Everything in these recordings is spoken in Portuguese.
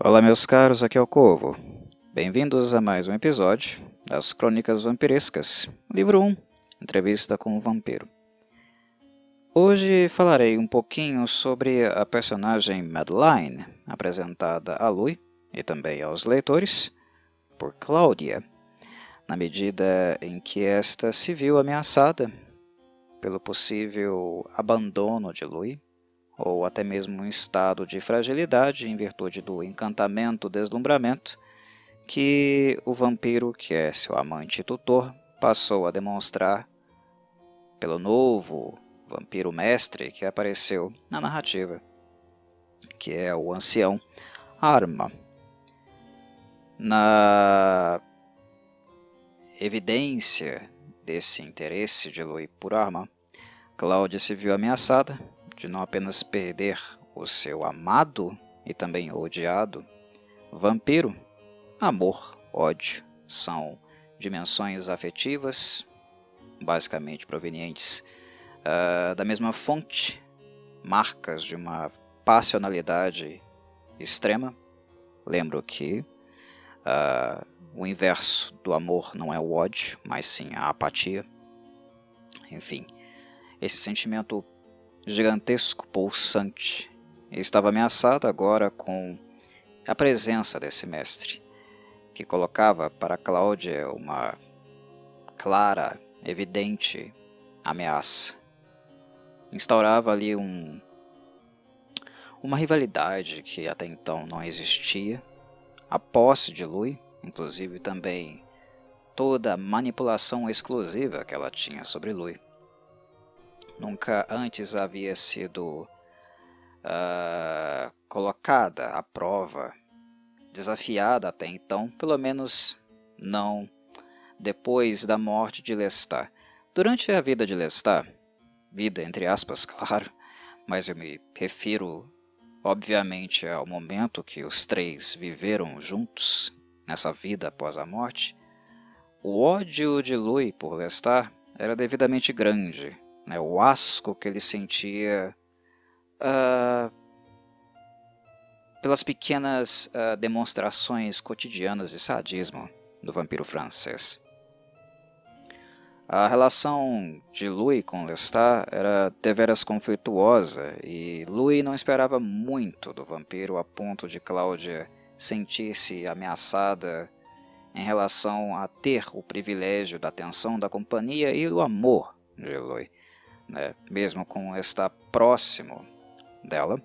Olá meus caros, aqui é o Corvo. Bem-vindos a mais um episódio das Crônicas Vampirescas, livro 1, Entrevista com o Vampiro. Hoje falarei um pouquinho sobre a personagem Madeline, apresentada a Louis e também aos leitores por Cláudia, na medida em que esta se viu ameaçada pelo possível abandono de Louis, ou até mesmo um estado de fragilidade em virtude do encantamento-deslumbramento que o vampiro, que é seu amante e tutor, passou a demonstrar pelo novo vampiro mestre que apareceu na narrativa, que é o ancião Arma. Na evidência desse interesse de Louis por Arma, Cláudia se viu ameaçada de não apenas perder o seu amado e também odiado vampiro. Amor, ódio são dimensões afetivas, basicamente provenientes da mesma fonte, marcas de uma passionalidade extrema. Lembro que o inverso do amor não é o ódio, mas sim a apatia. Enfim, esse sentimento gigantesco, pulsante, estava ameaçado agora com a presença desse mestre, que colocava para Cláudia uma clara, evidente ameaça. Instaurava ali uma rivalidade que até então não existia, a posse de Louis, inclusive também toda a manipulação exclusiva que ela tinha sobre Louis. Nunca antes havia sido colocada à prova, desafiada até então, pelo menos não depois da morte de Lestat. Durante a vida de Lestat, vida entre aspas, claro, mas eu me refiro obviamente ao momento que os três viveram juntos nessa vida após a morte, o ódio de Louis por Lestat era devidamente grande. O asco que ele sentia pelas pequenas demonstrações cotidianas de sadismo do vampiro francês. A relação de Louis com Lestat era deveras conflituosa e Louis não esperava muito do vampiro a ponto de Cláudia sentir-se ameaçada em relação a ter o privilégio da atenção, da companhia e do amor de Louis. Mesmo com estar próximo dela,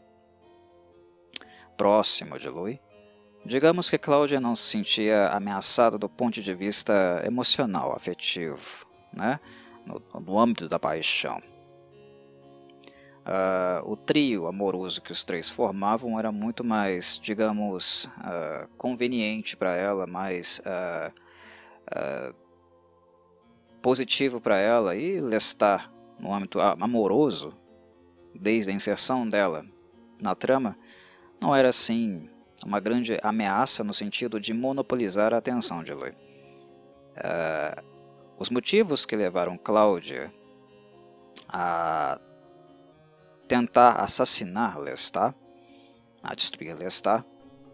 próximo de Louis, digamos que Cláudia não se sentia ameaçada do ponto de vista emocional, afetivo, no âmbito da paixão. O trio amoroso que os três formavam era muito mais, digamos, conveniente para ela, mais positivo para ela, e Lestat, no âmbito amoroso, desde a inserção dela na trama, não era assim uma grande ameaça no sentido de monopolizar a atenção de Louis. Os motivos que levaram Cláudia a tentar assassinar Lestat, a destruir Lestat,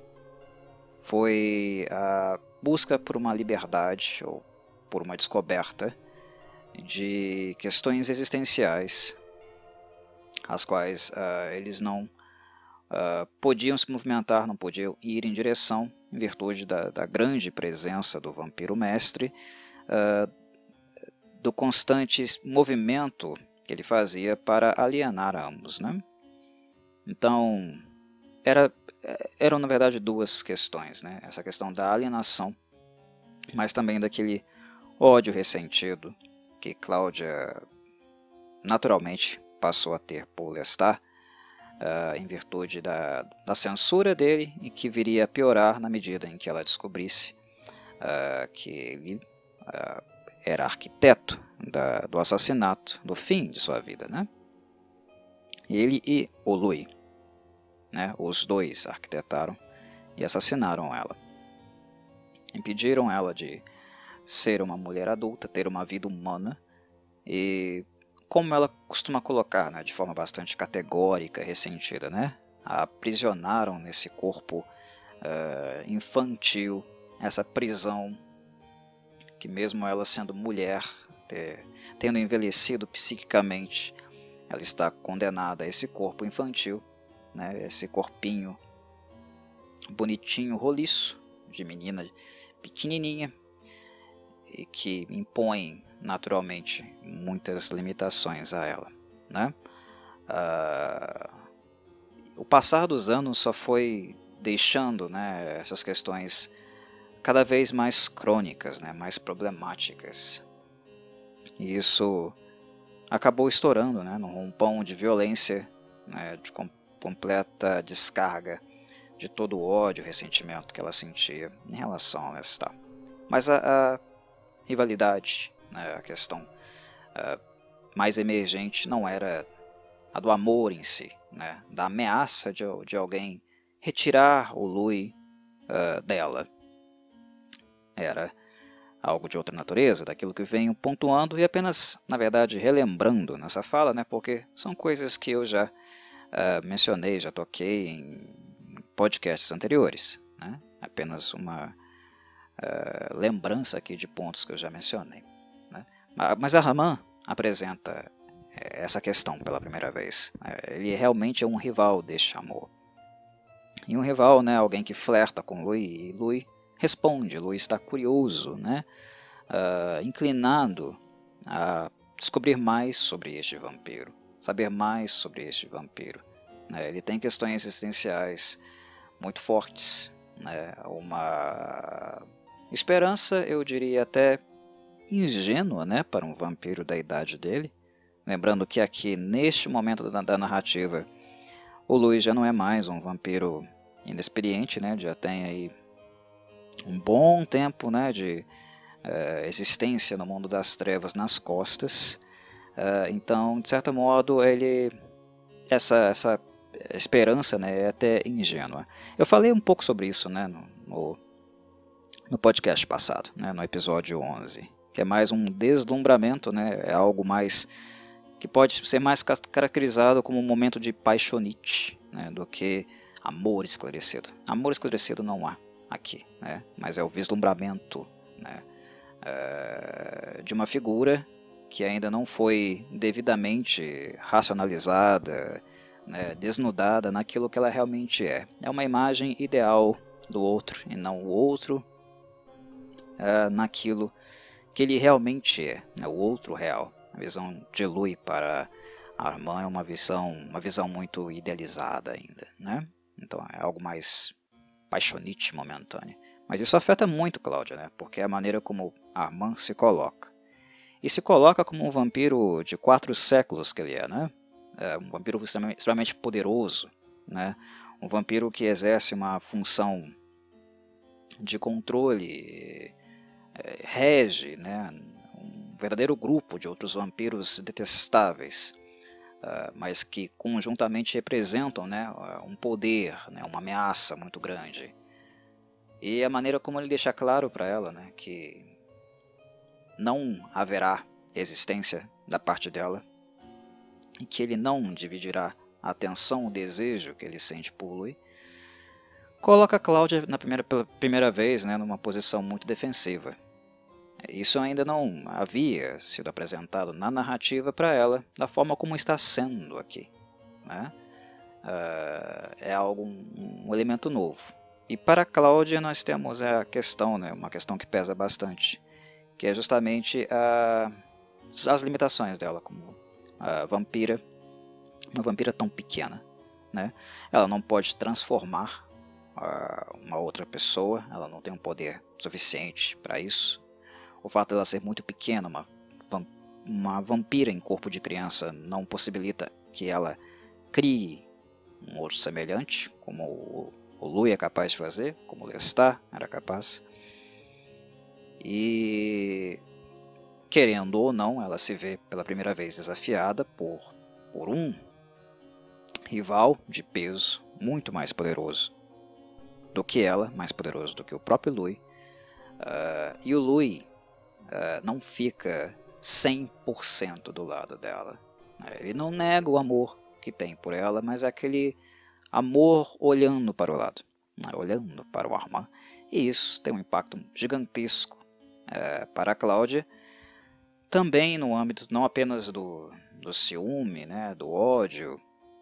foi a busca por uma liberdade ou por uma descoberta de questões existenciais, as quais eles não podiam se movimentar, não podiam ir em direção, em virtude da grande presença do vampiro mestre, do constante movimento que ele fazia para alienar ambos. Então, eram na verdade duas questões, essa questão da alienação, mas também daquele ódio ressentido que Cláudia naturalmente passou a ter por Lestat, em virtude da censura dele, e que viria a piorar na medida em que ela descobrisse que ele era arquiteto do assassinato, do fim de sua vida. Ele e o Louis, os dois arquitetaram e assassinaram ela. Impediram ela de ser uma mulher adulta, ter uma vida humana, e como ela costuma colocar, de forma bastante categórica, ressentida, a aprisionaram nesse corpo infantil, essa prisão que mesmo ela sendo mulher, tendo envelhecido psiquicamente, ela está condenada a esse corpo infantil, né, esse corpinho bonitinho, roliço, de menina pequenininha, e que impõe naturalmente muitas limitações a ela, né? O passar dos anos só foi deixando, né, essas questões cada vez mais crônicas, né, mais problemáticas. E isso acabou estourando, né, num rompão de violência, né, de completa descarga de todo o ódio e ressentimento que ela sentia em relação a Lestat. Mas a rivalidade, né, a questão mais emergente não era a do amor em si, né, da ameaça de alguém retirar o Louis dela. Era algo de outra natureza, daquilo que venho pontuando e apenas, na verdade, relembrando nessa fala, né, porque são coisas que eu já mencionei, já toquei em podcasts anteriores, né, apenas uma lembrança aqui de pontos que eu já mencionei, né. Mas Ar-Rahman apresenta essa questão pela primeira vez. Ele realmente é um rival deste amor. E um rival, né, alguém que flerta com Louis, e Louis responde. Louis está curioso, né, inclinado a descobrir mais sobre este vampiro, saber mais sobre este vampiro. Né. Ele tem questões existenciais muito fortes, né, uma esperança, eu diria até ingênua, né, para um vampiro da idade dele. Lembrando que aqui, neste momento da narrativa, o Louis já não é mais um vampiro inexperiente, né, já tem aí um bom tempo, né, de existência no mundo das trevas nas costas. Então, de certo modo, essa esperança, né, é até ingênua. Eu falei um pouco sobre isso, né, no podcast passado, né, no episódio 11, que é mais um deslumbramento, né, é algo mais que pode ser mais caracterizado como um momento de paixonite, né, do que amor esclarecido. Amor esclarecido não há aqui, né, mas é o vislumbramento, né, de uma figura que ainda não foi devidamente racionalizada, né, desnudada naquilo que ela realmente é. É uma imagem ideal do outro e não o outro naquilo que ele realmente é, né, o outro real. A visão de Louis para Ar-Rahman é uma visão muito idealizada ainda, né? Então é algo mais paixonite, momentânea. Mas isso afeta muito Cláudia, né? Porque é a maneira como Ar-Rahman se coloca. E se coloca como um vampiro de 4 séculos que ele é, né? Um vampiro extremamente poderoso, né? Um vampiro que exerce uma função de controle, rege, né, um verdadeiro grupo de outros vampiros detestáveis, mas que conjuntamente representam, né, um poder, né, uma ameaça muito grande. E a maneira como ele deixa claro para ela, né, que não haverá resistência da parte dela e que ele não dividirá a atenção, o desejo que ele sente por Louis, coloca a Cláudia pela primeira vez, né, numa posição muito defensiva. Isso ainda não havia sido apresentado na narrativa para ela da forma como está sendo aqui, né? É algo, um elemento novo. E para Cláudia nós temos a questão, né, uma questão que pesa bastante, que é justamente as limitações dela como vampira, uma vampira tão pequena, né? Ela não pode transformar uma outra pessoa, ela não tem um poder suficiente para isso. O fato dela ser muito pequena, uma vampira em corpo de criança, não possibilita que ela crie um outro semelhante, como o Louis é capaz de fazer, como o Lestat era capaz. E, querendo ou não, ela se vê pela primeira vez desafiada por um rival de peso muito mais poderoso do que ela, mais poderoso do que o próprio Louis. E o Louis não fica 100% do lado dela. Ele não nega o amor que tem por ela, mas é aquele amor olhando para o lado. né, olhando para o Armand, e isso tem um impacto gigantesco para a Cláudia, também no âmbito não apenas do ciúme, né, do ódio,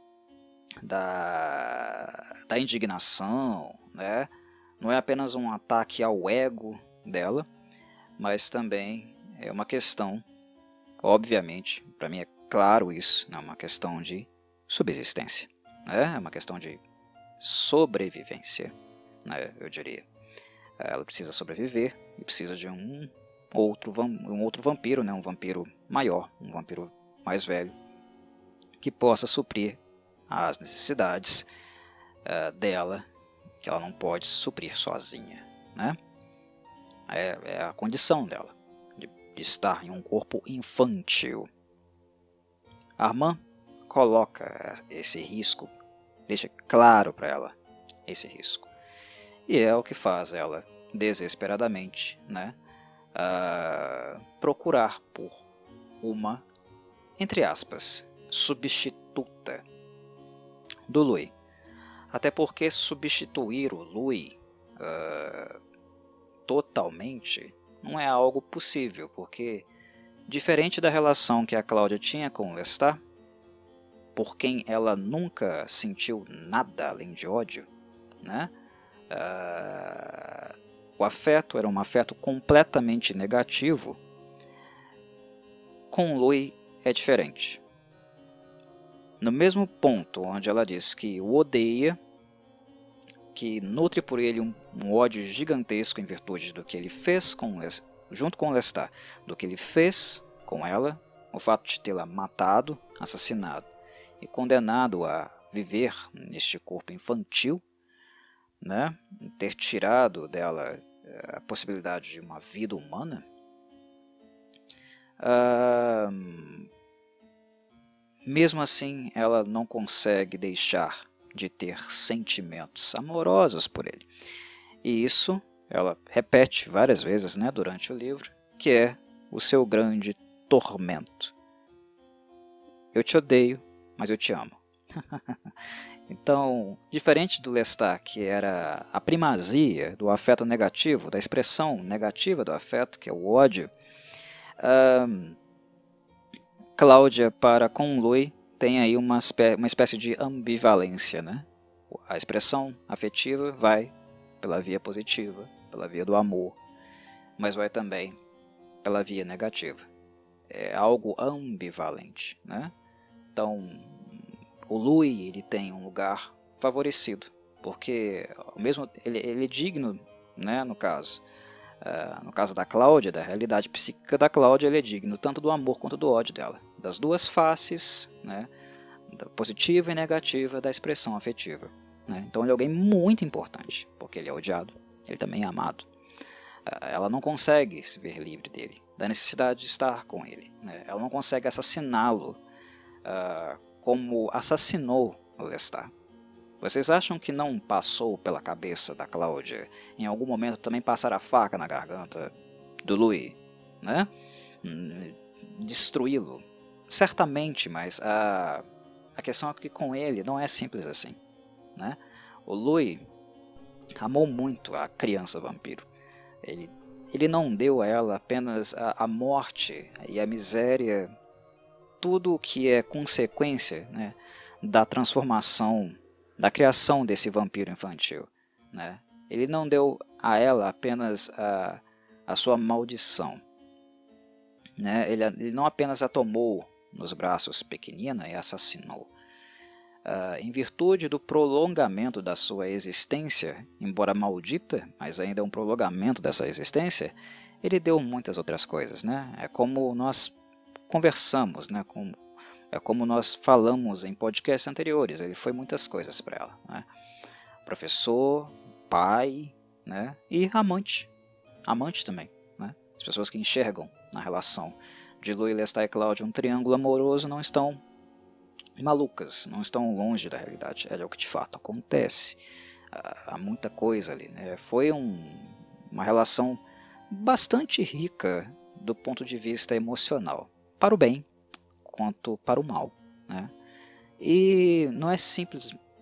da indignação, né? Não é apenas um ataque ao ego dela, mas também é uma questão, obviamente, para mim é claro isso, é uma questão de subsistência, né? É uma questão de sobrevivência, né? Eu diria. Ela precisa sobreviver e precisa de um outro vampiro, né? Um vampiro maior, um vampiro mais velho, que possa suprir as necessidades dela, que ela não pode suprir sozinha, né? É a condição dela, de estar em um corpo infantil. Armand coloca esse risco, deixa claro para ela esse risco. E é o que faz ela, desesperadamente, né, procurar por uma, entre aspas, substituta do Louis. Até porque substituir o Louis totalmente não é algo possível, porque, diferente da relação que a Cláudia tinha com o Lestat, por quem ela nunca sentiu nada além de ódio, né? O afeto era um afeto completamente negativo. Com o Louis é diferente. No mesmo ponto onde ela diz que o odeia, que nutre por ele um ódio gigantesco em virtude do que ele fez junto com o Lestat, do que ele fez com ela, o fato de tê-la matado, assassinado e condenado a viver neste corpo infantil, né? Ter tirado dela a possibilidade de uma vida humana, mesmo assim ela não consegue deixar de ter sentimentos amorosos por ele. E isso ela repete várias vezes, né, durante o livro, que é o seu grande tormento. Eu te odeio, mas eu te amo. Então, diferente do Lestat, que era a primazia do afeto negativo, da expressão negativa do afeto, que é o ódio, Cláudia, para com Louis, tem aí uma espécie de ambivalência, né? A expressão afetiva vai pela via positiva, pela via do amor, mas vai também pela via negativa. É algo ambivalente, né? Então, o Louis ele tem um lugar favorecido, porque mesmo ele é digno, né, no caso da Cláudia, da realidade psíquica da Cláudia, ele é digno tanto do amor quanto do ódio dela, das duas faces, né, da positiva e negativa da expressão afetiva, né? Então ele é alguém muito importante, porque ele é odiado, ele também é amado. Ela não consegue se ver livre dele, da necessidade de estar com ele, né? Ela não consegue assassiná-lo como assassinou o Lestat. Vocês acham que não passou pela cabeça da Cláudia em algum momento também passar a faca na garganta do Louis, né? Destruí-lo? Certamente, mas a questão é que com ele não é simples assim, né? O Louis amou muito a criança vampiro. Ele não deu a ela apenas a morte e a miséria, tudo o que é consequência, né, da transformação, da criação desse vampiro infantil, né? Ele não deu a ela apenas a sua maldição, né? Ele não apenas a tomou nos braços pequenina e assassinou. Em virtude do prolongamento da sua existência, embora maldita, mas ainda é um prolongamento dessa existência, ele deu muitas outras coisas, né? É como nós conversamos, né? É como nós falamos em podcasts anteriores, ele foi muitas coisas para ela, né? Professor, pai, né? E amante também, né? As pessoas que enxergam na relação de Louis, Lestat e Cláudia um triângulo amoroso não estão malucas, não estão longe da realidade, é o que de fato acontece. Há muita coisa ali, né? Foi uma relação bastante rica do ponto de vista emocional, para o bem quanto para o mal, né? E não é simples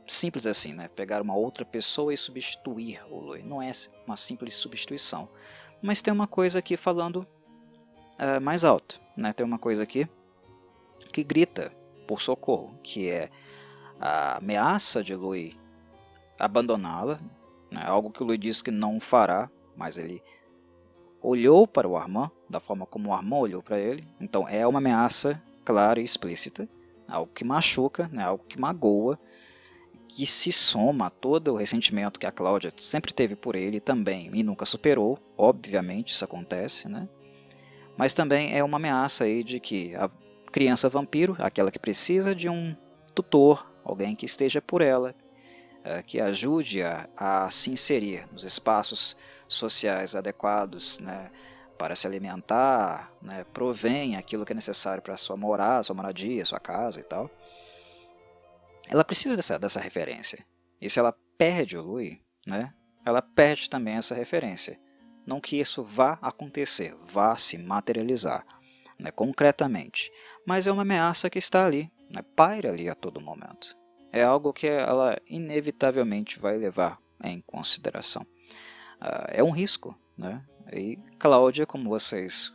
simples assim, né? Pegar uma outra pessoa e substituir o Lui. Não é uma simples substituição. Mas tem uma coisa aqui falando mais alto, né? Tem uma coisa aqui que grita por socorro, que é a ameaça de Lui abandoná-la, né? Algo que o Lui diz que não fará, mas ele olhou para o Armand da forma como o Armand olhou para ele. Então é uma ameaça clara e explícita, algo que machuca, né? Algo que magoa, que se soma a todo o ressentimento que a Cláudia sempre teve por ele também e nunca superou. Obviamente isso acontece, né? Mas também é uma ameaça aí de que a criança vampiro, aquela que precisa de um tutor, alguém que esteja por ela, que ajude-a a se inserir nos espaços sociais adequados, né, para se alimentar, né, provém aquilo que é necessário para sua moradia, sua casa e tal. Ela precisa dessa referência. E se ela perde o Lui, né, ela perde também essa referência. Não que isso vá acontecer, vá se materializar, né, concretamente. Mas é uma ameaça que está ali, né, paira ali a todo momento. É algo que ela inevitavelmente vai levar em consideração. É um risco, né? E Cláudia, como vocês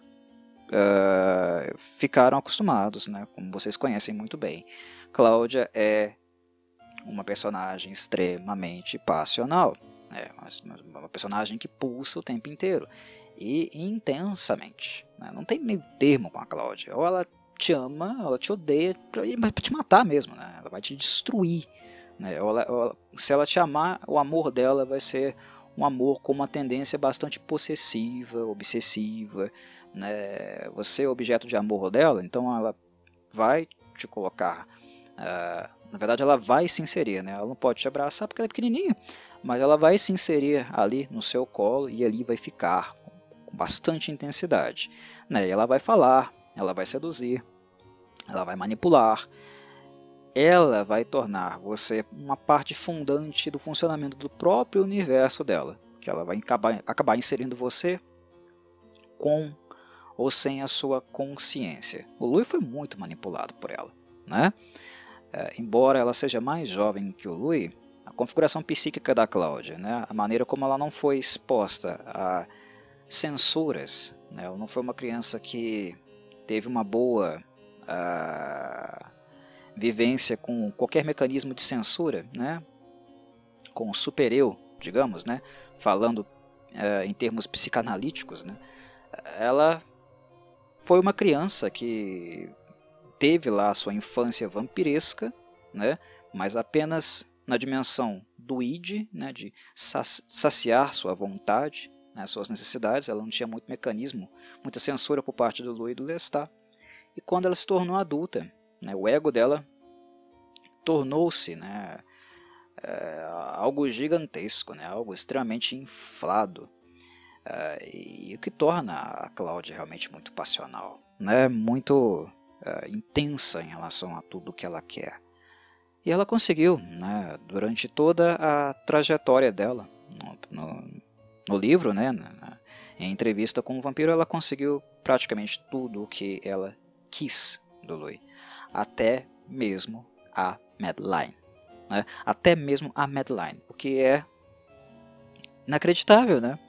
ficaram acostumados, né? Como vocês conhecem muito bem, Cláudia é uma personagem extremamente passional, né? Uma personagem que pulsa o tempo inteiro e intensamente, né? Não tem meio termo com a Cláudia. Ou ela te ama, ela te odeia para te matar mesmo, né? Ela vai te destruir, né? Se ela te amar, o amor dela vai ser um amor com uma tendência bastante possessiva, obsessiva, né? Você é objeto de amor dela, então ela vai te colocar, na verdade ela vai se inserir, né? Ela não pode te abraçar porque ela é pequenininha, mas ela vai se inserir ali no seu colo e ali vai ficar com bastante intensidade, né? E ela vai falar, ela vai seduzir, ela vai manipular, ela vai tornar você uma parte fundante do funcionamento do próprio universo dela, que ela vai acabar inserindo você com ou sem a sua consciência. O Lui foi muito manipulado por ela, né? Embora ela seja mais jovem que o Lui, a configuração psíquica da Cláudia, né? A maneira como ela não foi exposta a censuras, né? Ela não foi uma criança que teve uma boa vivência com qualquer mecanismo de censura, né? Com o super-eu, digamos, né? Falando em termos psicanalíticos, né? Ela foi uma criança que teve lá a sua infância vampiresca, né? Mas apenas na dimensão do id, né? De saciar sua vontade, né? Suas necessidades. Ela não tinha muito mecanismo, muita censura por parte do Louis e do Lestat. E quando ela se tornou adulta, né, o ego dela tornou-se, né, algo gigantesco, né, algo extremamente inflado, e o que torna a Cláudia realmente muito passional, né, muito intensa em relação a tudo que ela quer. E ela conseguiu, né, durante toda a trajetória dela no livro, né, em entrevista com o vampiro, ela conseguiu praticamente tudo o que ela quis do Louis, até mesmo a Madeline, né? Até mesmo a Madeline, o que é inacreditável, né?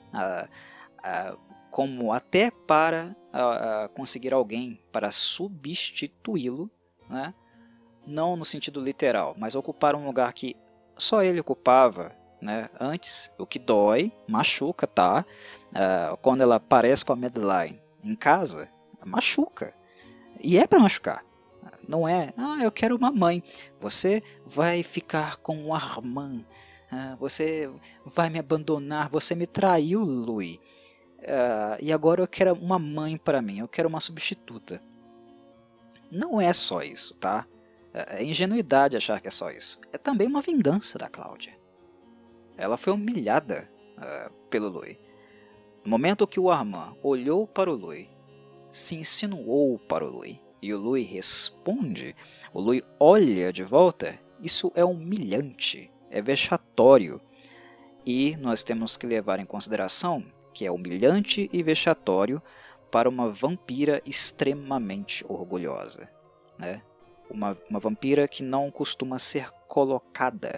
Como até para conseguir alguém para substituí-lo, né? Não no sentido literal, mas ocupar um lugar que só ele ocupava, né? Antes, o que dói, machuca, tá? Quando ela aparece com a Madeline em casa, machuca. E é para machucar. Não é, eu quero uma mãe. Você vai ficar com o Armand. Você vai me abandonar. Você me traiu, Louis. E agora eu quero uma mãe para mim. Eu quero uma substituta. Não é só isso, tá? É ingenuidade achar que é só isso. É também uma vingança da Cláudia. Ela foi humilhada pelo Louis. No momento que o Armand olhou para o Louis, se insinuou para o Louis, e o Louis responde, o Louis olha de volta, isso é humilhante, é vexatório. E nós temos que levar em consideração que é humilhante e vexatório para uma vampira extremamente orgulhosa, né? Uma vampira que não costuma ser colocada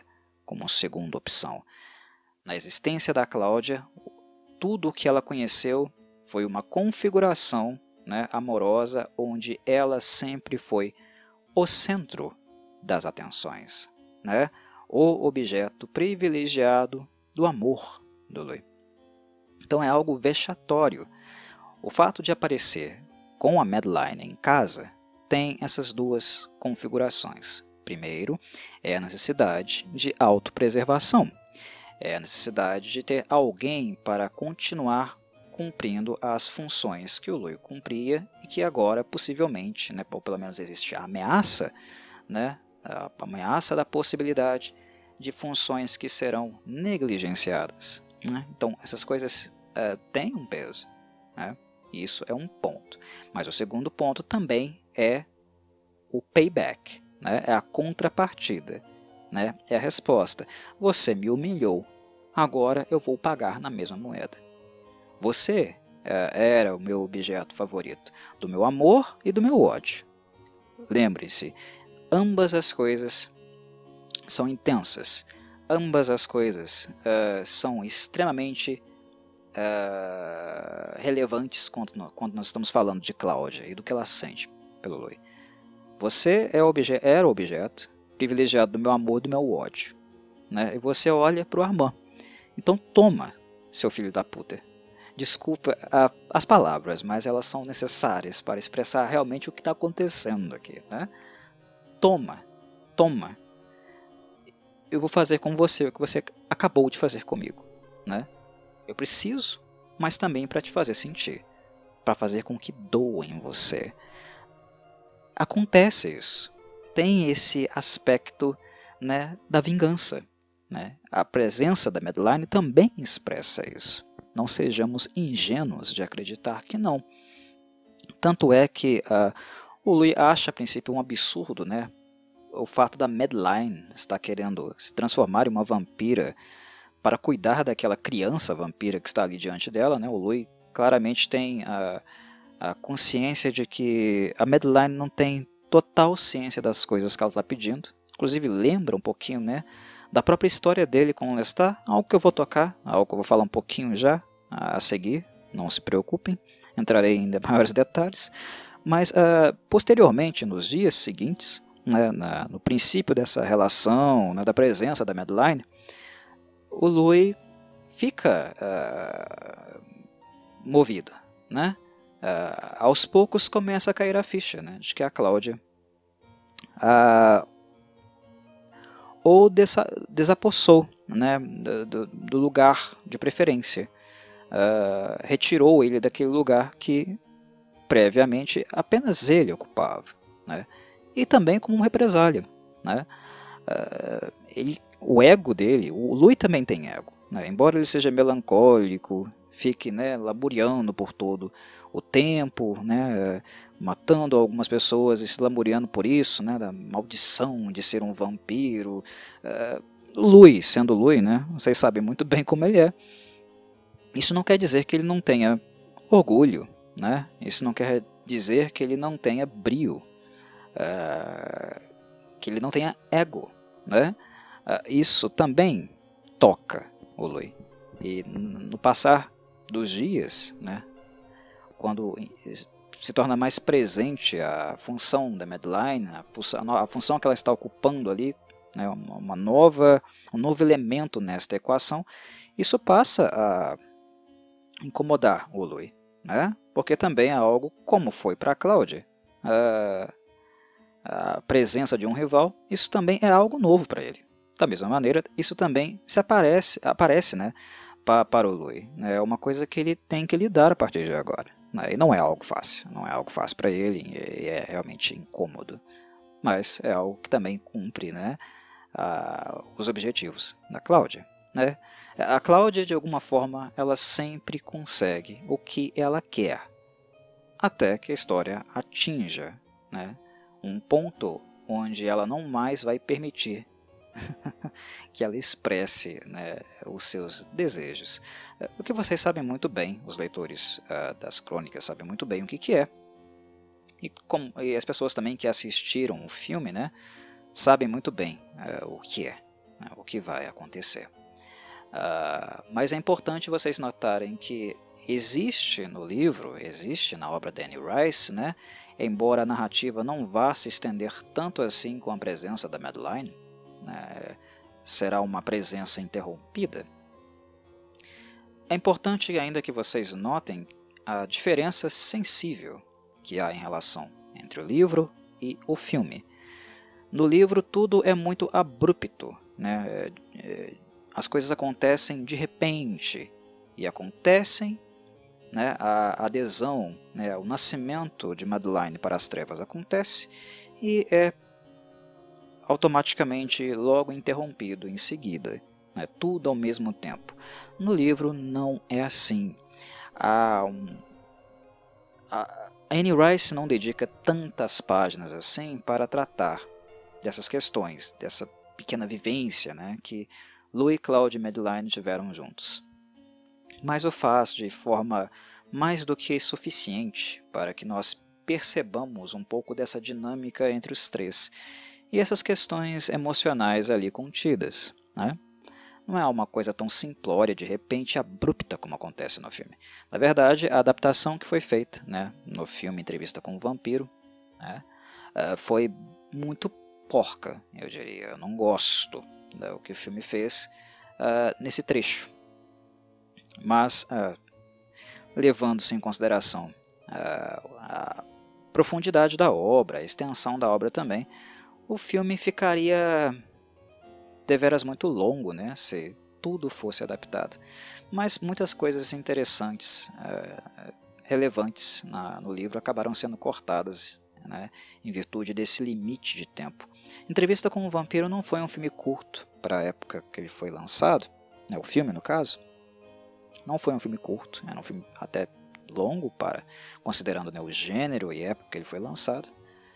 como segunda opção. Na existência da Cláudia, tudo o que ela conheceu foi uma configuração, né, amorosa, onde ela sempre foi o centro das atenções, né, o objeto privilegiado do amor do Louis. Então é algo vexatório. O fato de aparecer com a Madeline em casa tem essas duas configurações. Primeiro, é a necessidade de autopreservação. É a necessidade de ter alguém para continuar cumprindo as funções que o Louis cumpria e que agora, possivelmente, né, ou pelo menos existe a ameaça, né, a ameaça da possibilidade de funções que serão negligenciadas, né? Então, essas coisas têm um peso, né? Isso é um ponto. Mas o segundo ponto também é o payback, né? É a contrapartida, né? É a resposta. Você me humilhou, agora eu vou pagar na mesma moeda. Você era o meu objeto favorito, do meu amor e do meu ódio. Lembre-se, ambas as coisas são intensas, ambas as coisas são extremamente relevantes quando nós estamos falando de Cláudia e do que ela sente pelo Louis. Você era o objeto privilegiado do meu amor e do meu ódio, né? E você olha para o Armand. Então toma, seu filho da puta. Desculpa as palavras, mas elas são necessárias para expressar realmente o que está acontecendo aqui, né? Toma. Eu vou fazer com você o que você acabou de fazer comigo, né? Eu preciso, mas também para te fazer sentir, para fazer com que doa em você. Acontece isso. Tem esse aspecto, né, da vingança, né? A presença da Madeline também expressa isso. Não sejamos ingênuos de acreditar que não. Tanto é que o Louis acha a princípio um absurdo, né, o fato da Madeline estar querendo se transformar em uma vampira para cuidar daquela criança vampira que está ali diante dela, né? O Louis claramente tem a consciência de que a Madeline não tem total ciência das coisas que ela está pedindo. Inclusive lembra um pouquinho, né, da própria história dele com o Lestat, algo que eu vou tocar, algo que eu vou falar um pouquinho já a seguir, não se preocupem, entrarei em maiores detalhes, mas posteriormente, nos dias seguintes, né, no princípio dessa relação, né, da presença da Madeline, o Louis fica movido, né? Aos poucos começa a cair a ficha, né, de que a Cláudia ou desapossou, né, do lugar de preferência, retirou ele daquele lugar que previamente apenas ele ocupava, né, e também como represália, né, o ego dele, o Louis também tem ego, né, embora ele seja melancólico, fique, né, labureando por todo o tempo, né, matando algumas pessoas e se lamuriando por isso, né, da maldição de ser um vampiro. Louis, sendo Louis, né, vocês sabem muito bem como ele é. Isso não quer dizer que ele não tenha orgulho, né? Isso não quer dizer que ele não tenha brio, que ele não tenha ego, né? Isso também toca o Louis. E no passar dos dias, né, quando se torna mais presente a função da Madeline, a função que ela está ocupando ali, né, um novo elemento nesta equação, isso passa a incomodar o Louis, né? Porque também é algo como foi para a Cláudia. A presença de um rival, isso também é algo novo para ele. Da mesma maneira, isso também aparece, né, para o Louis. É uma coisa que ele tem que lidar a partir de agora. E não é algo fácil, não é algo fácil para ele, e é realmente incômodo. Mas é algo que também cumpre, né, os objetivos da Cláudia, né? A Cláudia, de alguma forma, ela sempre consegue o que ela quer, até que a história atinja, né, um ponto onde ela não mais vai permitir que ela expresse, né, os seus desejos. O que vocês sabem muito bem, os leitores das crônicas sabem muito bem o que é. E as pessoas também que assistiram o filme, né, sabem muito bem o que é. né, o que vai acontecer. Mas é importante vocês notarem que existe no livro, existe na obra de Anne Rice, né, embora a narrativa não vá se estender tanto assim com a presença da Madeline, né, será uma presença interrompida. É importante ainda que vocês notem a diferença sensível que há em relação entre o livro e o filme. No livro tudo é muito abrupto, né? As coisas acontecem de repente e acontecem, né? A adesão, né? O nascimento de Madeline para as trevas acontece e é automaticamente logo interrompido em seguida, né? Tudo ao mesmo tempo. No livro não é assim. A Anne Rice não dedica tantas páginas assim para tratar dessas questões, dessa pequena vivência, né, que Louis, Claude e Madeline tiveram juntos. Mas o faz de forma mais do que suficiente para que nós percebamos um pouco dessa dinâmica entre os três e essas questões emocionais ali contidas, né? Não é uma coisa tão simplória, de repente abrupta como acontece no filme. Na verdade, a adaptação que foi feita, né, no filme Entrevista com o Vampiro, né, foi muito porca, eu diria. Eu não gosto do que o filme fez nesse trecho. Mas, levando-se em consideração a profundidade da obra, a extensão da obra também, o filme ficaria deveras muito longo, né, se tudo fosse adaptado. Mas muitas coisas interessantes, relevantes no livro acabaram sendo cortadas, né, em virtude desse limite de tempo. Entrevista com o Vampiro não foi um filme curto para a época que ele foi lançado, né, o filme no caso, não foi um filme curto, era um filme até longo, considerando, né, o gênero e época que ele foi lançado.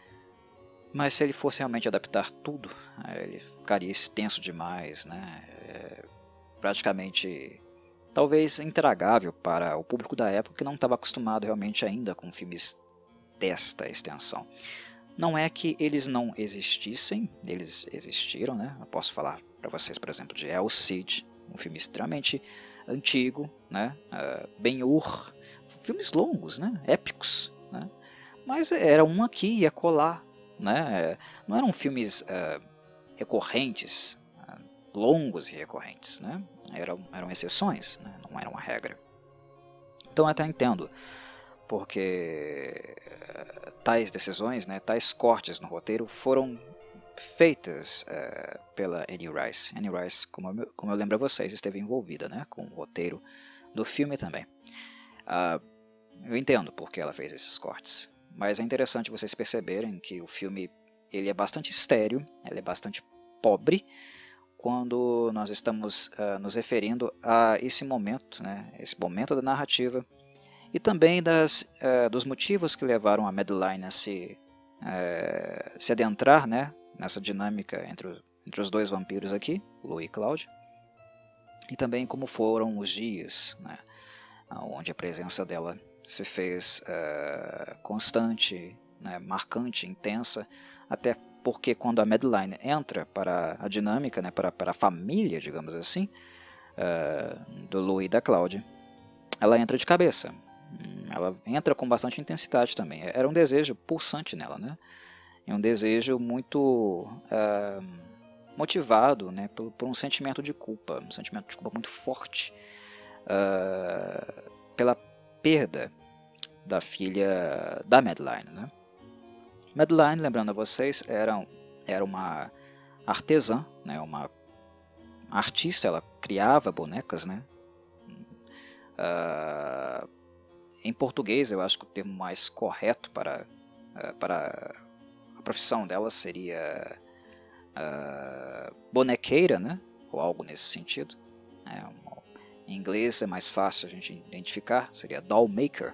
Mas se ele fosse realmente adaptar tudo, ele ficaria extenso demais, né? Praticamente, talvez intragável para o público da época que não estava acostumado realmente ainda com filmes desta extensão. Não é que eles não existissem, eles existiram, né? Eu posso falar para vocês, por exemplo, de El Cid, um filme extremamente antigo, né? Ben-Hur, filmes longos, né? Épicos, né? Mas era um aqui e acolá, né? Não eram filmes recorrentes, longos e recorrentes, né? Eram exceções, né? Não era uma regra. Então até entendo, porque tais decisões, né, tais cortes no roteiro foram feitas pela Anne Rice. Anne Rice, como eu lembro a vocês, esteve envolvida, né, com o roteiro do filme também. Eu entendo porque ela fez esses cortes. Mas é interessante vocês perceberem que o filme ele é bastante estéril, ele é bastante pobre, quando nós estamos nos referindo a esse momento, né, esse momento da narrativa, e também dos motivos que levaram a Madeline a se adentrar, né, nessa dinâmica entre os dois vampiros aqui, Louis e Claude, e também como foram os dias, né, onde a presença dela se fez constante, né, marcante, intensa, até porque quando a Madeline entra para a dinâmica, né, para a família, digamos assim, do Louis e da Claude, ela entra de cabeça. Ela entra com bastante intensidade também. Era um desejo pulsante nela, né? É um desejo muito motivado, né, por um sentimento de culpa muito forte, pela perda da filha da Madeline, né? Madeline, lembrando a vocês, era uma artesã, né, uma artista, ela criava bonecas, né? Em português, eu acho que o termo mais correto para a profissão dela seria bonequeira, né? Ou algo nesse sentido. Em inglês é mais fácil a gente identificar, seria doll maker.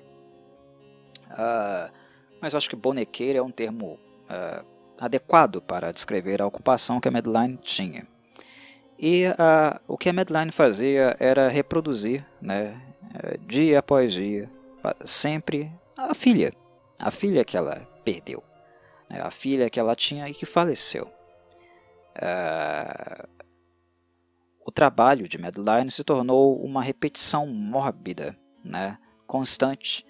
Mas eu acho que bonequeira é um termo adequado para descrever a ocupação que a Madeline tinha. E o que a Madeline fazia era reproduzir, né, dia após dia, sempre a filha que ela perdeu, né, a filha que ela tinha e que faleceu. o trabalho de Madeline se tornou uma repetição mórbida, né, constante,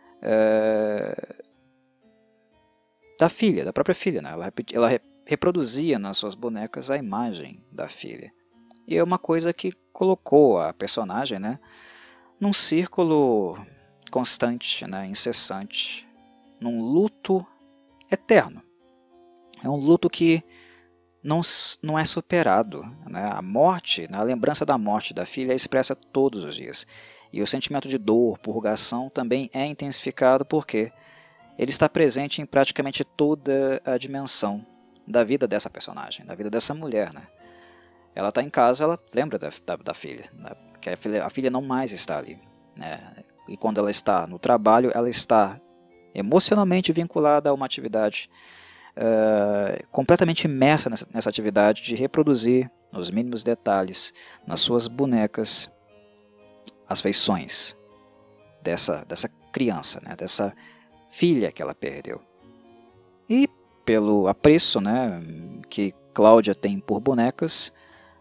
da própria filha. Né? Ela reproduzia nas suas bonecas a imagem da filha. E é uma coisa que colocou a personagem, né, num círculo constante, né, incessante, num luto eterno. É um luto que não é superado. Né? A morte, a lembrança da morte da filha é expressa todos os dias. E o sentimento de dor, purgação, também é intensificado porque ele está presente em praticamente toda a dimensão da vida dessa personagem, da vida dessa mulher. Né? Ela está em casa, ela lembra da filha, né? Que a filha não mais está ali. Né? E quando ela está no trabalho, ela está emocionalmente vinculada a uma atividade, completamente imersa nessa atividade de reproduzir, nos mínimos detalhes, nas suas bonecas, as feições dessa criança, né? Dessa filha que ela perdeu. E pelo apreço, né, que Cláudia tem por bonecas,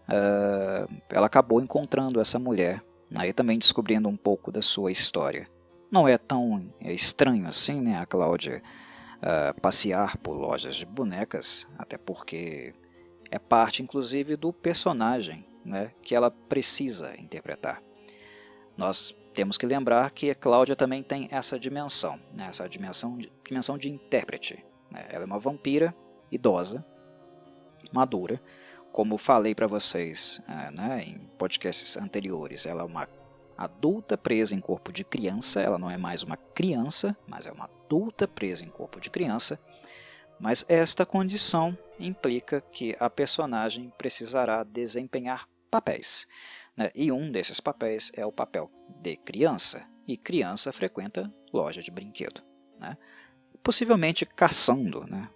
ela acabou encontrando essa mulher, né, e também descobrindo um pouco da sua história. Não é tão estranho assim, né, a Cláudia passear por lojas de bonecas, até porque é parte inclusive do personagem, né, que ela precisa interpretar. Nós temos que lembrar que a Cláudia também tem essa dimensão, né, essa dimensão de intérprete. Né? Ela é uma vampira idosa, madura. Como falei para vocês, né, em podcasts anteriores, ela é uma adulta presa em corpo de criança. Ela não é mais uma criança, mas é uma adulta presa em corpo de criança. Mas esta condição implica que a personagem precisará desempenhar papéis. Né? E um desses papéis é o papel de criança. E criança frequenta loja de brinquedo. Né? Possivelmente caçando, né?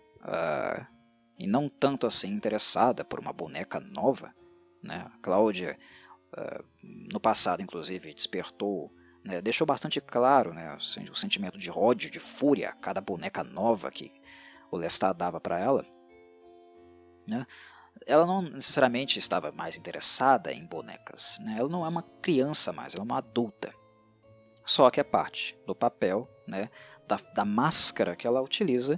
E não tanto assim interessada por uma boneca nova. Né? A Cláudia, no passado, inclusive, despertou, né, deixou bastante claro, né, o sentimento de ódio, de fúria a cada boneca nova que o Lestat dava para ela. Né? Ela não necessariamente estava mais interessada em bonecas. Né? Ela não é uma criança mais, ela é uma adulta. Só que a parte do papel, né, da máscara que ela utiliza,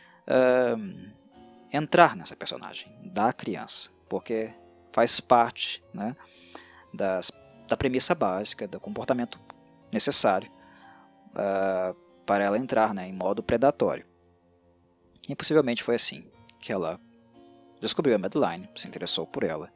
entrar nessa personagem da criança, porque faz parte, né, da premissa básica, do comportamento necessário para ela entrar, né, em modo predatório. E possivelmente foi assim que ela descobriu a Madeline, se interessou por ela,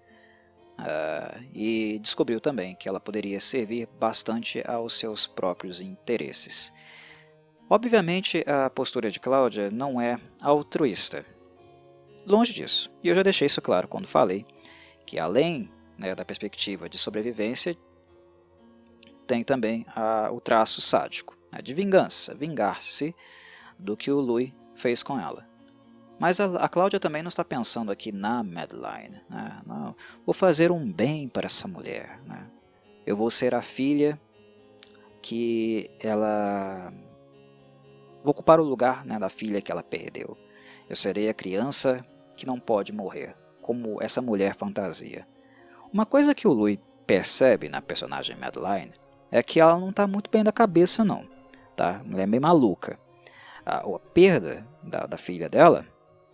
e descobriu também que ela poderia servir bastante aos seus próprios interesses. Obviamente, a postura de Cláudia não é altruísta. Longe disso. E eu já deixei isso claro quando falei que, além, né, da perspectiva de sobrevivência, tem também o traço sádico, né, de vingança, vingar-se do que o Louis fez com ela. Mas a Cláudia também não está pensando aqui na Madeline. Né? Não, vou fazer um bem para essa mulher. Né? Eu vou ser a filha que ela... Vou ocupar o lugar, né, da filha que ela perdeu. Eu serei a criança que não pode morrer, como essa mulher fantasia. Uma coisa que o Louis percebe na personagem Madeline é que ela não está muito bem da cabeça, não. Tá? Ela é meio maluca. A perda da filha dela,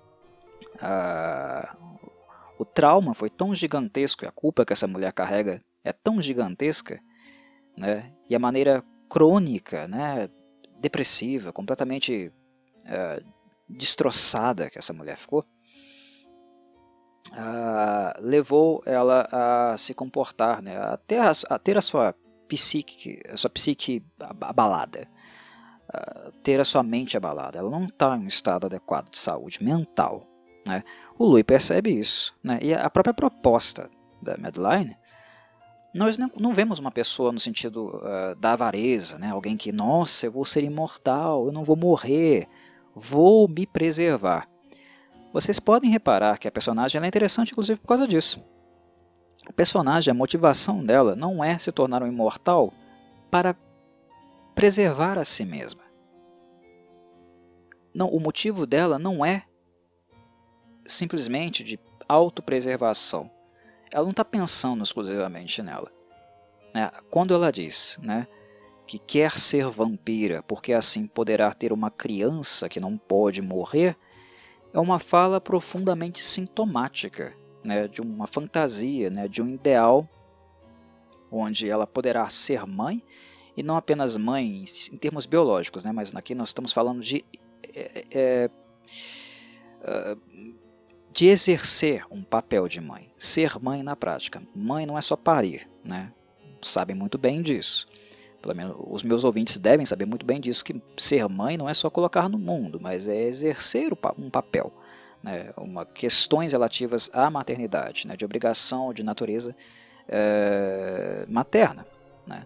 o trauma foi tão gigantesco, e a culpa que essa mulher carrega é tão gigantesca, né? E a maneira crônica, né, depressiva, completamente destroçada que essa mulher ficou, levou ela a se comportar, né, a ter a sua psique abalada, ter a sua mente abalada. Ela não está em um estado adequado de saúde mental. Né? O Louis percebe isso. Né? E a própria proposta da Madeline, nós não vemos uma pessoa no sentido da avareza, né? Alguém que, nossa, eu vou ser imortal, eu não vou morrer, vou me preservar. Vocês podem reparar que a personagem é interessante, inclusive, por causa disso. O personagem, a motivação dela não é se tornar um imortal para preservar a si mesma. Não, o motivo dela não é simplesmente de autopreservação. ela não está pensando exclusivamente nela, né? Quando ela diz, né, que quer ser vampira porque assim poderá ter uma criança que não pode morrer, é uma fala profundamente sintomática, né, de uma fantasia, né, de um ideal onde ela poderá ser mãe, e não apenas mãe em termos biológicos, né, mas aqui nós estamos falando de exercer um papel de mãe, ser mãe na prática. Mãe não é só parir, né? Sabem muito bem disso. Pelo menos os meus ouvintes devem saber muito bem disso, que ser mãe não é só colocar no mundo, mas é exercer um papel, né? Questões relativas à maternidade, né? De obrigação de natureza materna, né?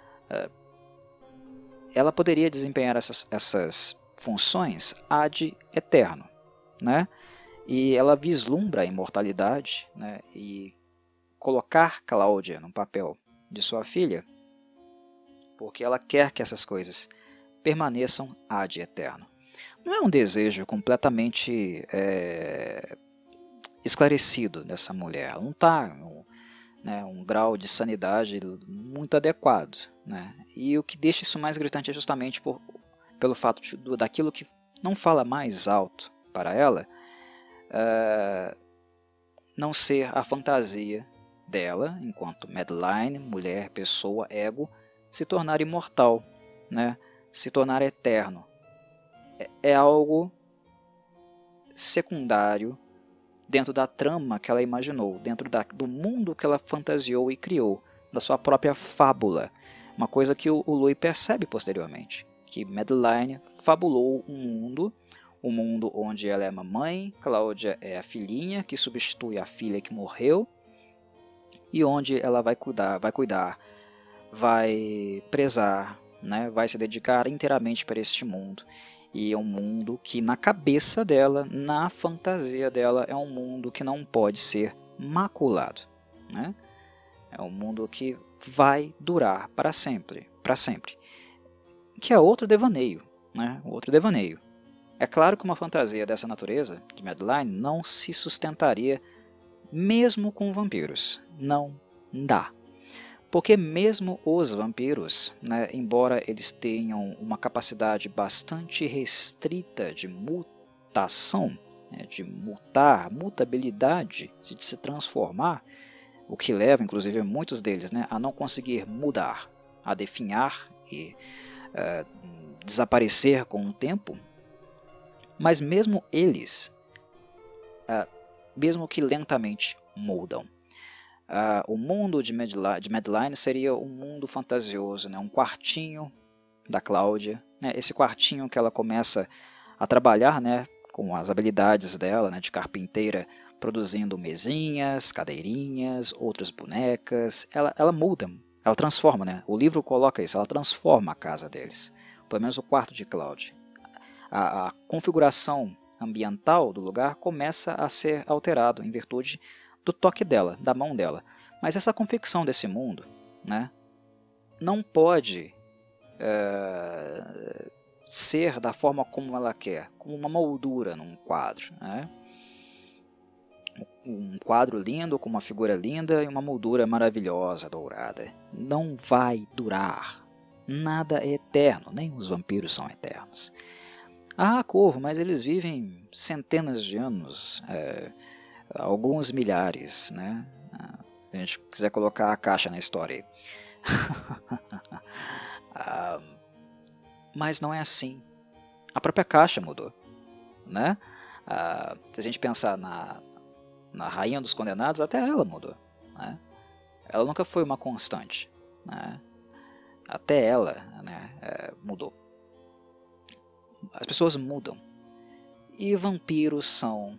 Ela poderia desempenhar essas funções ad eterno, né? E ela vislumbra a imortalidade, né? E colocar Cláudia no papel de sua filha, porque ela quer que essas coisas permaneçam ad eterno. Não é um desejo completamente esclarecido dessa mulher. Ela não está um grau de sanidade muito adequado, né? E o que deixa isso mais gritante é justamente pelo fato daquilo que não fala mais alto para ela não ser a fantasia dela, enquanto Madeline, mulher, pessoa, ego, se tornar imortal, né? Se tornar eterno. É algo secundário dentro da trama que ela imaginou, dentro do mundo que ela fantasiou e criou, da sua própria fábula. Uma coisa que o Louis percebe posteriormente, que Madeline fabulou um mundo onde ela é mamãe, Cláudia é a filhinha que substitui a filha que morreu, e onde ela vai cuidar, vai prezar, né, vai se dedicar inteiramente para este mundo. E é um mundo que na cabeça dela, na fantasia dela, é um mundo que não pode ser maculado, né? É um mundo que vai durar para sempre, que é outro devaneio, né? Outro devaneio. É claro que uma fantasia dessa natureza, de Madeline, não se sustentaria mesmo com vampiros. Não dá. Porque mesmo os vampiros, né, embora eles tenham uma capacidade bastante restrita de mutação, né, de mutabilidade, de se transformar, o que leva inclusive muitos deles, né, a não conseguir mudar, a definhar e desaparecer com o tempo, mas mesmo eles, mesmo que lentamente, mudam. O mundo de Madeline seria um mundo fantasioso, né? Um quartinho da Cláudia, né? Esse quartinho que ela começa a trabalhar, né? Com as habilidades dela, né? De carpinteira, produzindo mesinhas, cadeirinhas, outras bonecas. Ela muda, ela transforma, né? O livro coloca isso, ela transforma a casa deles, pelo menos o quarto de Cláudia. A configuração ambiental do lugar começa a ser alterado em virtude do toque dela, da mão dela. Mas essa confecção desse mundo, né, não pode ser da forma como ela quer, como uma moldura num quadro, né? Um quadro lindo, com uma figura linda e uma moldura maravilhosa, dourada. Não vai durar. Nada é eterno, nem os vampiros são eternos. Corvo, mas eles vivem centenas de anos, alguns milhares, né? Se a gente quiser colocar a caixa na história aí. Mas não é assim. A própria caixa mudou, né? Se a gente pensar na Rainha dos Condenados, até ela mudou, né? Ela nunca foi uma constante, né? Até ela, né, mudou. As pessoas mudam. E vampiros são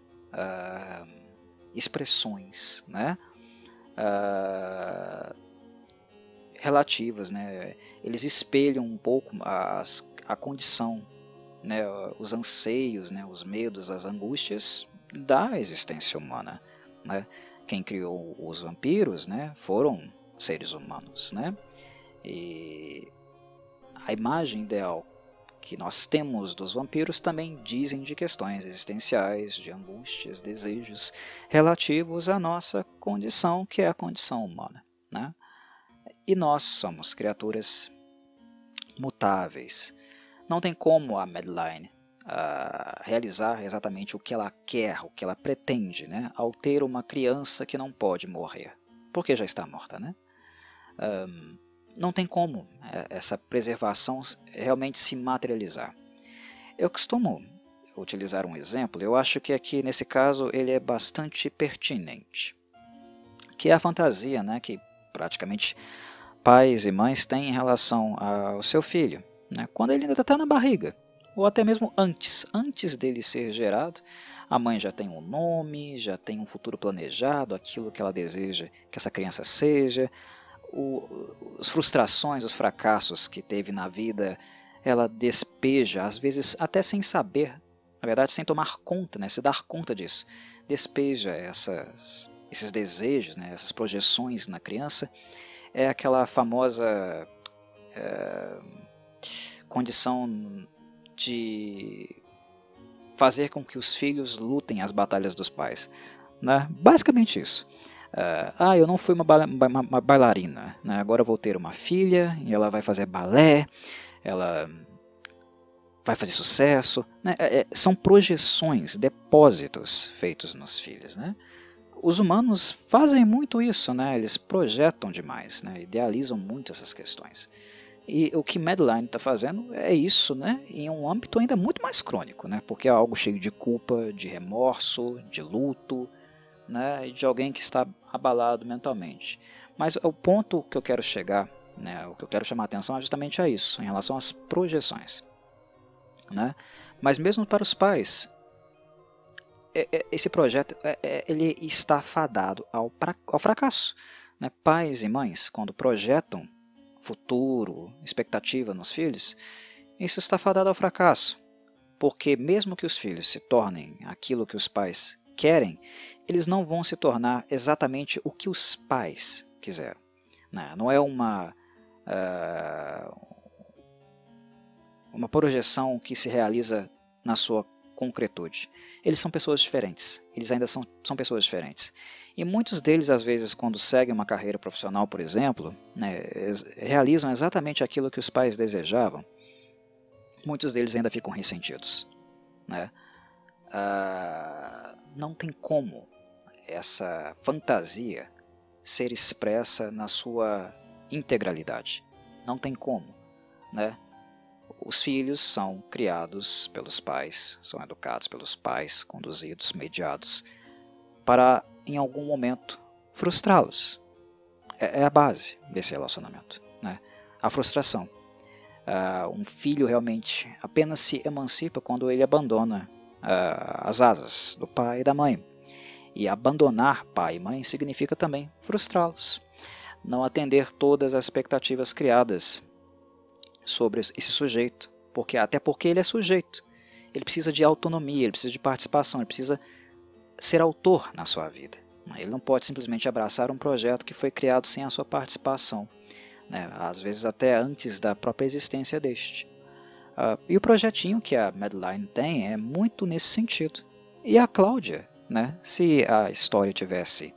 expressões, né? Relativas, né? Eles espelham um pouco a condição, né? Os anseios, né? Os medos, as angústias da existência humana, né? Quem criou os vampiros, né? Foram seres humanos, né? E a imagem ideal que nós temos dos vampiros também dizem de questões existenciais, de angústias, desejos relativos à nossa condição, que é a condição humana, né? E nós somos criaturas mutáveis. Não tem como a Madeline realizar exatamente o que ela quer, o que ela pretende, né? Ao ter uma criança que não pode morrer, porque já está morta, né? Não tem como essa preservação realmente se materializar. Eu costumo utilizar um exemplo, eu acho que aqui nesse caso ele é bastante pertinente, que é a fantasia, né, que praticamente pais e mães têm em relação ao seu filho, né, quando ele ainda está na barriga, ou até mesmo antes dele ser gerado. A mãe já tem um nome, já tem um futuro planejado, aquilo que ela deseja que essa criança seja, as frustrações, os fracassos que teve na vida, ela despeja, às vezes até sem saber, na verdade sem tomar conta, né, se dar conta disso, despeja esses desejos, né, essas projeções na criança. É aquela famosa condição de fazer com que os filhos lutem as batalhas dos pais, né? Basicamente isso. Eu não fui uma bailarina, né? Agora eu vou ter uma filha e ela vai fazer balé, ela vai fazer sucesso, né? São projeções, depósitos feitos nos filhos, né? Os humanos fazem muito isso, né? Eles projetam demais, né? Idealizam muito essas questões. E o que Madeline está fazendo é isso, né? Em um âmbito ainda muito mais crônico, né? Porque é algo cheio de culpa, de remorso, de luto, né, de alguém que está abalado mentalmente. Mas o ponto que eu quero chegar, né, o que eu quero chamar a atenção é justamente a isso, em relação às projeções, né? Mas mesmo para os pais, esse projeto ele está fadado ao fracasso, né? Pais e mães, quando projetam futuro, expectativa nos filhos, isso está fadado ao fracasso, porque mesmo que os filhos se tornem aquilo que os pais querem, eles não vão se tornar exatamente o que os pais quiseram. Não é uma projeção que se realiza na sua concretude. Eles são pessoas diferentes, eles ainda são pessoas diferentes. E muitos deles, às vezes, quando seguem uma carreira profissional, por exemplo, né, realizam exatamente aquilo que os pais desejavam. Muitos deles ainda ficam ressentidos, né? Não tem como essa fantasia ser expressa na sua integralidade. Não tem como, né? Os filhos são criados pelos pais, são educados pelos pais, conduzidos, mediados, para, em algum momento, frustrá-los. É a base desse relacionamento, né? A frustração. Um filho realmente apenas se emancipa quando ele abandona as asas do pai e da mãe. E abandonar pai e mãe significa também frustrá-los, não atender todas as expectativas criadas sobre esse sujeito, até porque ele é sujeito. Ele precisa de autonomia, ele precisa de participação, ele precisa ser autor na sua vida. Ele não pode simplesmente abraçar um projeto que foi criado sem a sua participação, né? Às vezes até antes da própria existência deste. E o projetinho que a Madeline tem é muito nesse sentido. E a Cláudia, né? Se a história tivesse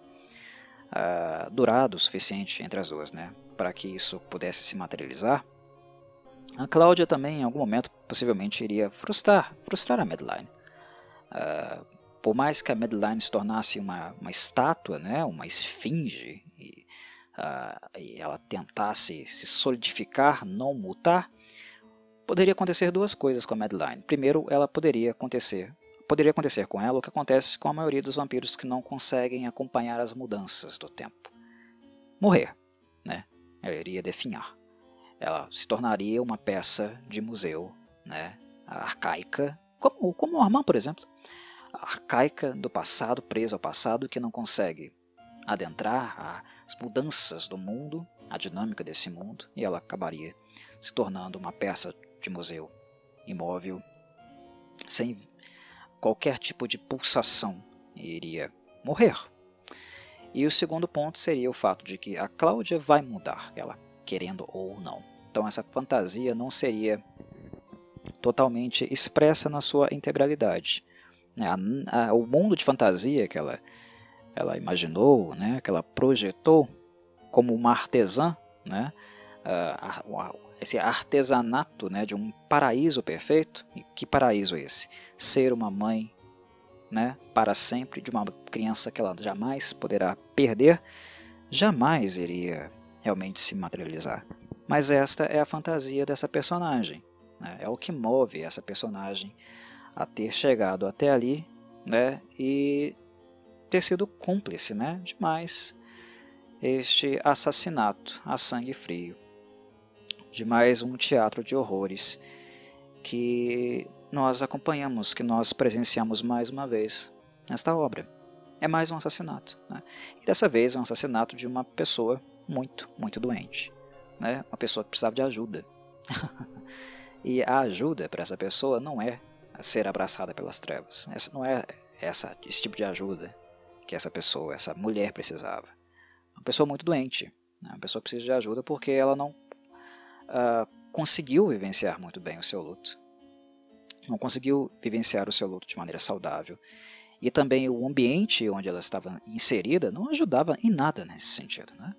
durado o suficiente entre as duas, né? Para que isso pudesse se materializar, a Cláudia também em algum momento possivelmente iria frustrar a Madeline. Por mais que a Madeline se tornasse uma estátua, né? Uma esfinge, e ela tentasse se solidificar, não mutar, poderia acontecer duas coisas com a Madeline. Primeiro, poderia acontecer com ela o que acontece com a maioria dos vampiros que não conseguem acompanhar as mudanças do tempo. Morrer, né? Ela iria definhar. Ela se tornaria uma peça de museu, né? Arcaica, como Armand, por exemplo. Arcaica do passado, presa ao passado, que não consegue adentrar as mudanças do mundo, a dinâmica desse mundo, e ela acabaria se tornando uma peça de museu imóvel, sem qualquer tipo de pulsação, e iria morrer. E o segundo ponto seria o fato de que a Cláudia vai mudar, ela querendo ou não. Então essa fantasia não seria totalmente expressa na sua integralidade. O mundo de fantasia que ela imaginou, né, que ela projetou como uma artesã, né, esse artesanato, né, de um paraíso perfeito. E que paraíso é esse? Ser uma mãe, né, para sempre, de uma criança que ela jamais poderá perder, jamais iria realmente se materializar. Mas esta é a fantasia dessa personagem, né, é o que move essa personagem a ter chegado até ali, né, e ter sido cúmplice, né, de mais este assassinato a sangue frio, de mais um teatro de horrores que nós acompanhamos, que nós presenciamos mais uma vez nesta obra. É mais um assassinato, né? E dessa vez é um assassinato de uma pessoa muito, muito doente, né? Uma pessoa que precisava de ajuda. E a ajuda para essa pessoa não é ser abraçada pelas trevas. Essa não é esse tipo de ajuda que essa pessoa, essa mulher precisava. Uma pessoa muito doente, né? Uma pessoa precisa de ajuda porque ela não conseguiu vivenciar muito bem o seu luto. Não conseguiu vivenciar o seu luto de maneira saudável. E também o ambiente onde ela estava inserida não ajudava em nada nesse sentido, né?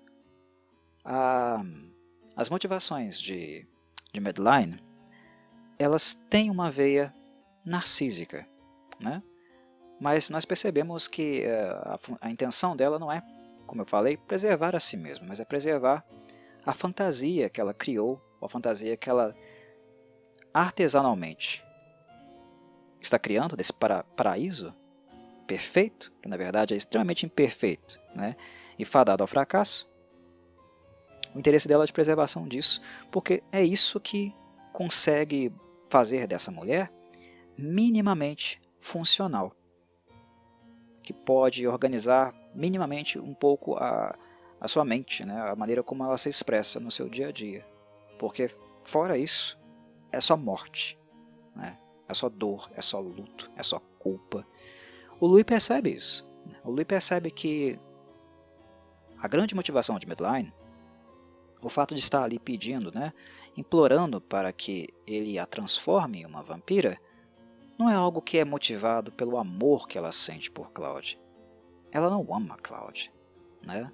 As motivações de Madeline, elas têm uma veia narcísica, né? Mas nós percebemos que a intenção dela não é, como eu falei, preservar a si mesma, mas é preservar a fantasia que ela criou, a fantasia que ela artesanalmente está criando desse paraíso perfeito, que na verdade é extremamente imperfeito, né, e fadado ao fracasso. O interesse dela é de preservação disso, porque é isso que consegue fazer dessa mulher minimamente funcional, que pode organizar minimamente um pouco a sua mente, né, a maneira como ela se expressa no seu dia a dia, porque fora isso é só morte, né, é só dor, é só luto, é só culpa. O Louis percebe isso. O Louis percebe que a grande motivação de Madeline, o fato de estar ali pedindo, né, implorando para que ele a transforme em uma vampira, não é algo que é motivado pelo amor que ela sente por Claude. Ela não ama Claude, né?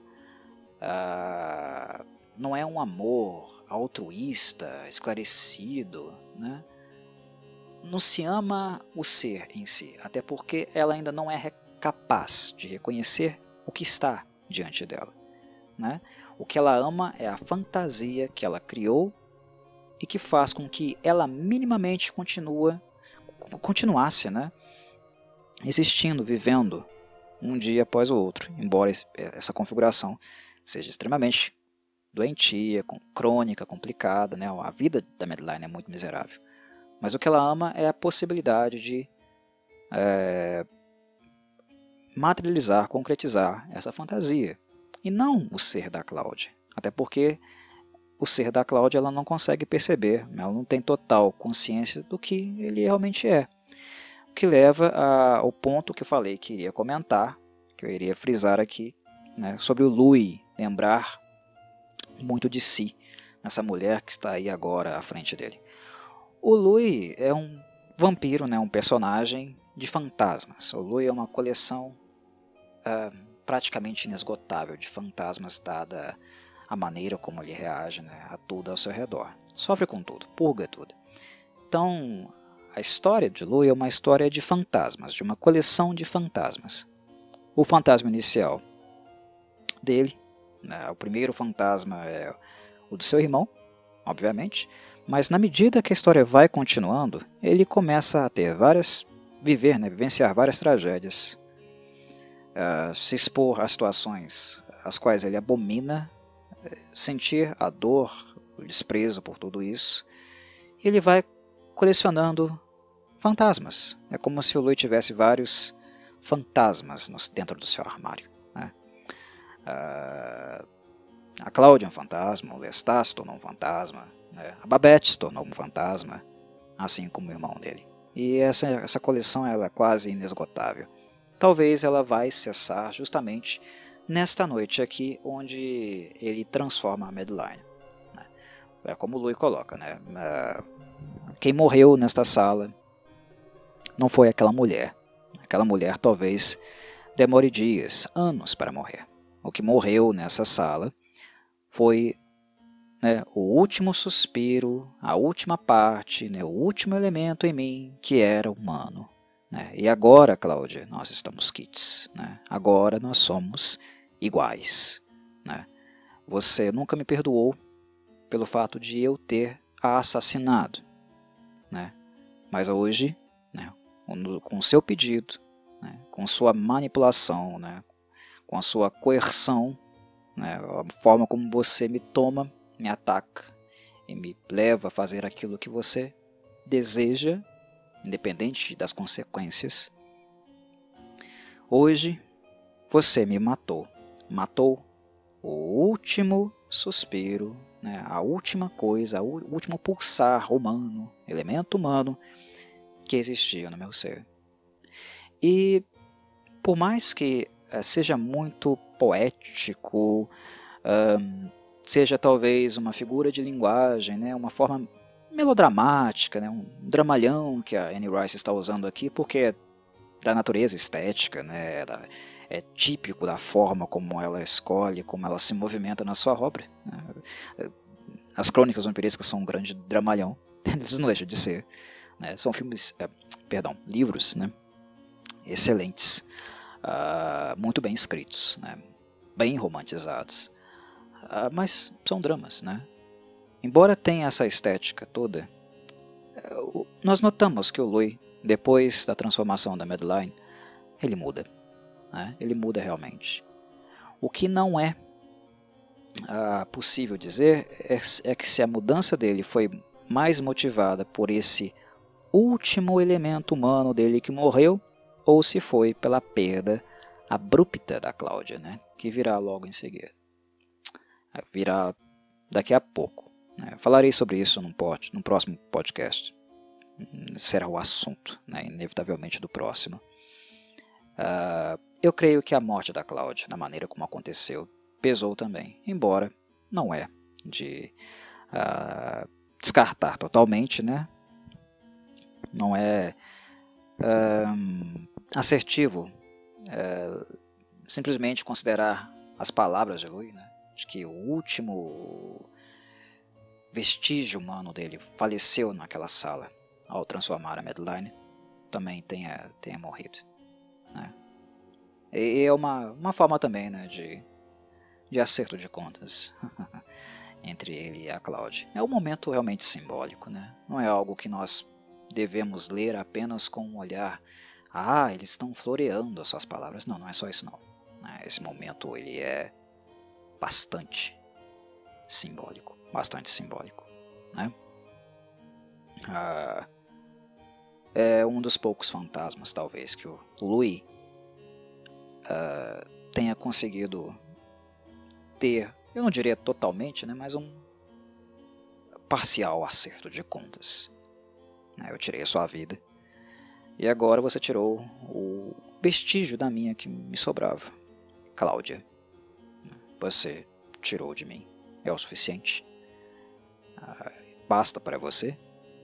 Não é um amor altruísta, esclarecido, né? Não se ama o ser em si, até porque ela ainda não é capaz de reconhecer o que está diante dela, né? O que ela ama é a fantasia que ela criou e que faz com que ela minimamente continuasse, né, existindo, vivendo um dia após o outro, embora essa configuração seja extremamente doentia, crônica, complicada, né? A vida da Madeline é muito miserável. Mas o que ela ama é a possibilidade de materializar, concretizar essa fantasia. E não o ser da Claude. Até porque o ser da Claude ela não consegue perceber, ela não tem total consciência do que ele realmente é. O que leva ao ponto que eu falei que iria comentar, que eu iria frisar aqui, né, sobre o Louis lembrar muito de si, nessa mulher que está aí agora à frente dele. O Louis é um vampiro, né, um personagem de fantasmas. O Louis é uma coleção praticamente inesgotável de fantasmas, dada a maneira como ele reage, né, a tudo ao seu redor. Sofre com tudo, purga tudo. Então, a história de Louis é uma história de fantasmas, de uma coleção de fantasmas. O fantasma inicial dele, né, o primeiro fantasma é o do seu irmão, obviamente, mas na medida que a história vai continuando, ele começa a ter vivenciar várias tragédias, se expor a situações as quais ele abomina, sentir a dor, o desprezo por tudo isso, e ele vai colecionando fantasmas. É como se o Louis tivesse vários fantasmas dentro do seu armário, né? A Cláudia é um fantasma, o Lestat se tornou um fantasma, né? A Babette se tornou um fantasma, assim como o irmão dele. E essa coleção ela é quase inesgotável. Talvez ela vai cessar justamente nesta noite aqui, onde ele transforma a Madeline, né? É como o Louis coloca, né? quem morreu nesta sala não foi aquela mulher. Aquela mulher talvez demore dias, anos para morrer. O que morreu nessa sala foi, né, o último suspiro, a última parte, né, o último elemento em mim que era humano. Né? E agora, Cláudia, nós estamos quites. Né? Agora nós somos iguais. Né? Você nunca me perdoou pelo fato de eu ter a assassinado. Né? Mas hoje, né, com o seu pedido, né, com sua manipulação, né, com a sua coerção, né, a forma como você me toma, me ataca e me leva a fazer aquilo que você deseja, independente das consequências. Hoje você me matou. Matou o último suspiro, né, a última coisa, o último pulsar humano, elemento humano que existia no meu ser. E por mais que seja muito poético, seja talvez uma figura de linguagem, né, uma forma melodramática, né, um dramalhão que a Anne Rice está usando aqui, porque é da natureza estética, né, é típico da forma como ela escolhe, como ela se movimenta na sua obra. Né. As Crônicas Vampirescas são um grande dramalhão, eles não deixam de ser. Né, são livros, né, excelentes, muito bem escritos, né, bem romantizados, mas são dramas, né? Embora tenha essa estética toda, nós notamos que o Louis, depois da transformação da Madeline, ele muda, né? Ele muda realmente. O que não é possível dizer é que se a mudança dele foi mais motivada por esse último elemento humano dele que morreu, ou se foi pela perda abrupta da Cláudia, né? Que virá logo em seguida. Virá daqui a pouco. Né? Falarei sobre isso no próximo podcast. Será o assunto, né, inevitavelmente, do próximo. Eu creio que a morte da Cláudia, da maneira como aconteceu, pesou também, embora não é de descartar totalmente, né? Não é assertivo simplesmente considerar as palavras de Louis, né, de que o último vestígio humano dele faleceu naquela sala ao transformar a Madeline, também tenha morrido. Né? E é uma forma também, né, de acerto de contas entre ele e a Cláudia. É um momento realmente simbólico, né? Não é algo que nós devemos ler apenas com um olhar, eles estão floreando as suas palavras. Não, não é só isso não. Esse momento ele é bastante simbólico, né? É um dos poucos fantasmas, talvez, que o Louis tenha conseguido ter, eu não diria totalmente, né, mas um parcial acerto de contas. Eu tirei a sua vida e agora você tirou o vestígio da minha que me sobrava. Cláudia, você tirou de mim. É o suficiente? Basta para você?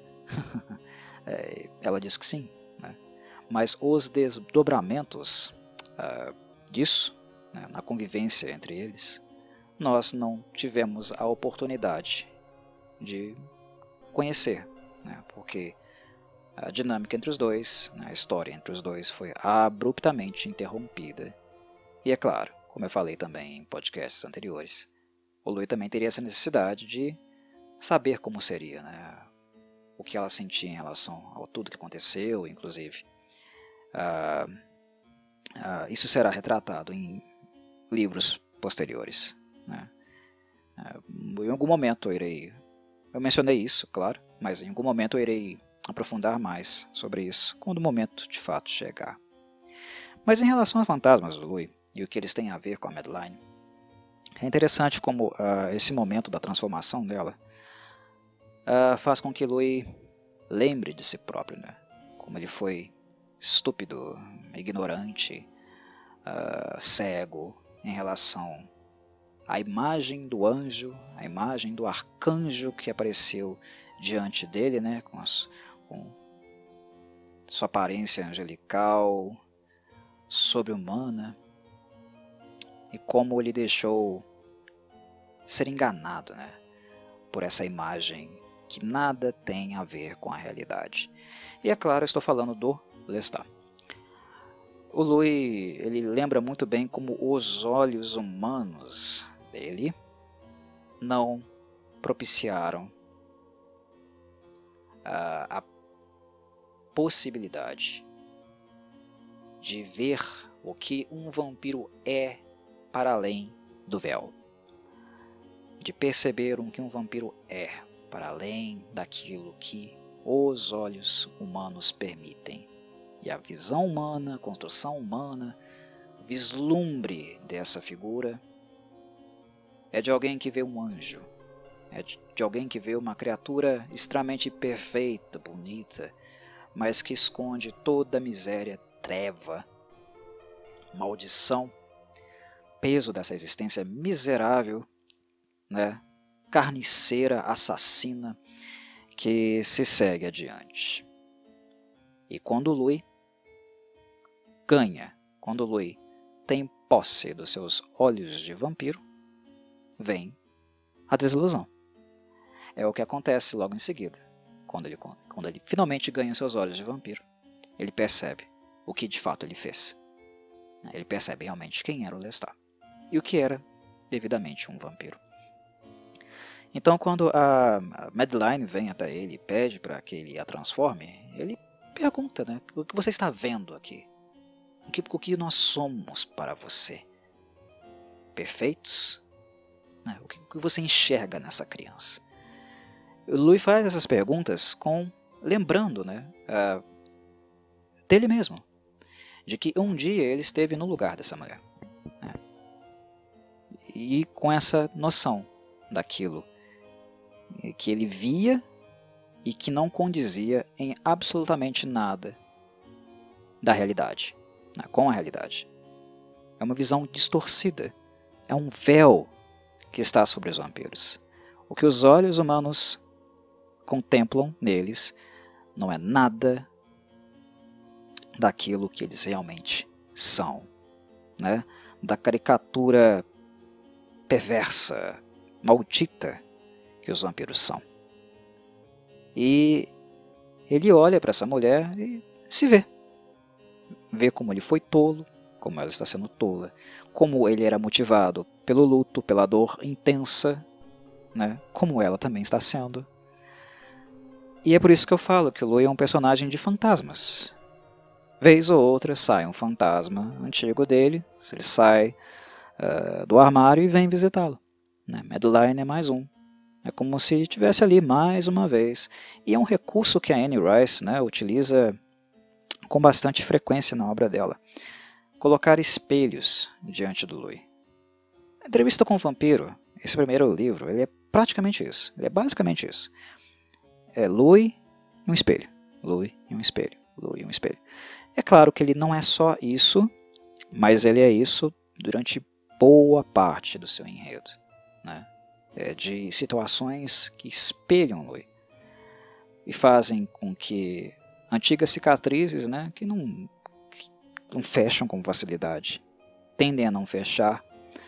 Ela diz que sim, né? Mas os desdobramentos disso, né, na convivência entre eles, nós não tivemos a oportunidade de conhecer, né, porque a dinâmica entre os dois, né, a história entre os dois foi abruptamente interrompida. E é claro, como eu falei também em podcasts anteriores, o Louis também teria essa necessidade de saber como seria, né, o que ela sentia em relação a tudo que aconteceu, inclusive. Isso será retratado em livros posteriores. Né? Em algum momento eu mencionei isso, claro, mas em algum momento eu irei aprofundar mais sobre isso, quando o momento de fato chegar. Mas em relação aos fantasmas do Louis e o que eles têm a ver com a Madeline, é interessante como esse momento da transformação dela faz com que Louis lembre de si próprio, né? Como ele foi estúpido, ignorante, cego em relação à imagem do anjo, à imagem do arcanjo que apareceu diante dele, né, com sua aparência angelical, sobre-humana, e como ele deixou ser enganado, né, por essa imagem que nada tem a ver com a realidade. E é claro, eu estou falando do Lestat. O Louis, ele lembra muito bem como os olhos humanos dele não propiciaram a possibilidade de ver o que um vampiro é para além do véu, de perceber o que um vampiro é para além daquilo que os olhos humanos permitem. E a visão humana, a construção humana, o vislumbre dessa figura é de alguém que vê um anjo, é de alguém que vê uma criatura extremamente perfeita, bonita, mas que esconde toda a miséria, treva, maldição, peso dessa existência miserável, né, carniceira, assassina, que se segue adiante. E quando o Louis ganha, quando o Louis tem posse dos seus olhos de vampiro, vem a desilusão. É o que acontece logo em seguida. Quando ele finalmente ganha os seus olhos de vampiro, ele percebe o que de fato ele fez. Ele percebe realmente quem era o Lestat e o que era devidamente um vampiro. Então, quando a Madeline vem até ele e pede para que ele a transforme, ele pergunta, né, o que você está vendo aqui? O que nós somos para você? Perfeitos? O que você enxerga nessa criança? O Louis faz essas perguntas lembrando, né, dele mesmo, de que um dia ele esteve no lugar dessa mulher, né, e com essa noção daquilo que ele via e que não condizia em absolutamente nada da realidade, né, com a realidade. É uma visão distorcida, é um véu que está sobre os vampiros. O que os olhos humanos contemplam neles não é nada daquilo que eles realmente são, né? Da caricatura perversa, maldita que os vampiros são. E ele olha para essa mulher e se vê como ele foi tolo, como ela está sendo tola, como ele era motivado pelo luto, pela dor intensa, né? Como ela também está sendo. E é por isso que eu falo que o Louis é um personagem de fantasmas. Vez ou outra sai um fantasma antigo dele, ele sai do armário e vem visitá-lo, né? Madeline é mais um. É como se estivesse ali mais uma vez. E é um recurso que a Anne Rice, né, utiliza com bastante frequência na obra dela. Colocar espelhos diante do Louis. A Entrevista com o Vampiro, esse primeiro livro, ele é praticamente isso. Ele é basicamente isso. É Louis e um espelho. Louis e um espelho. Louis e um espelho. É claro que ele não é só isso, mas ele é isso durante boa parte do seu enredo, né? De situações que espelham Louis e fazem com que antigas cicatrizes, né, que não fecham com facilidade, tendem a não fechar.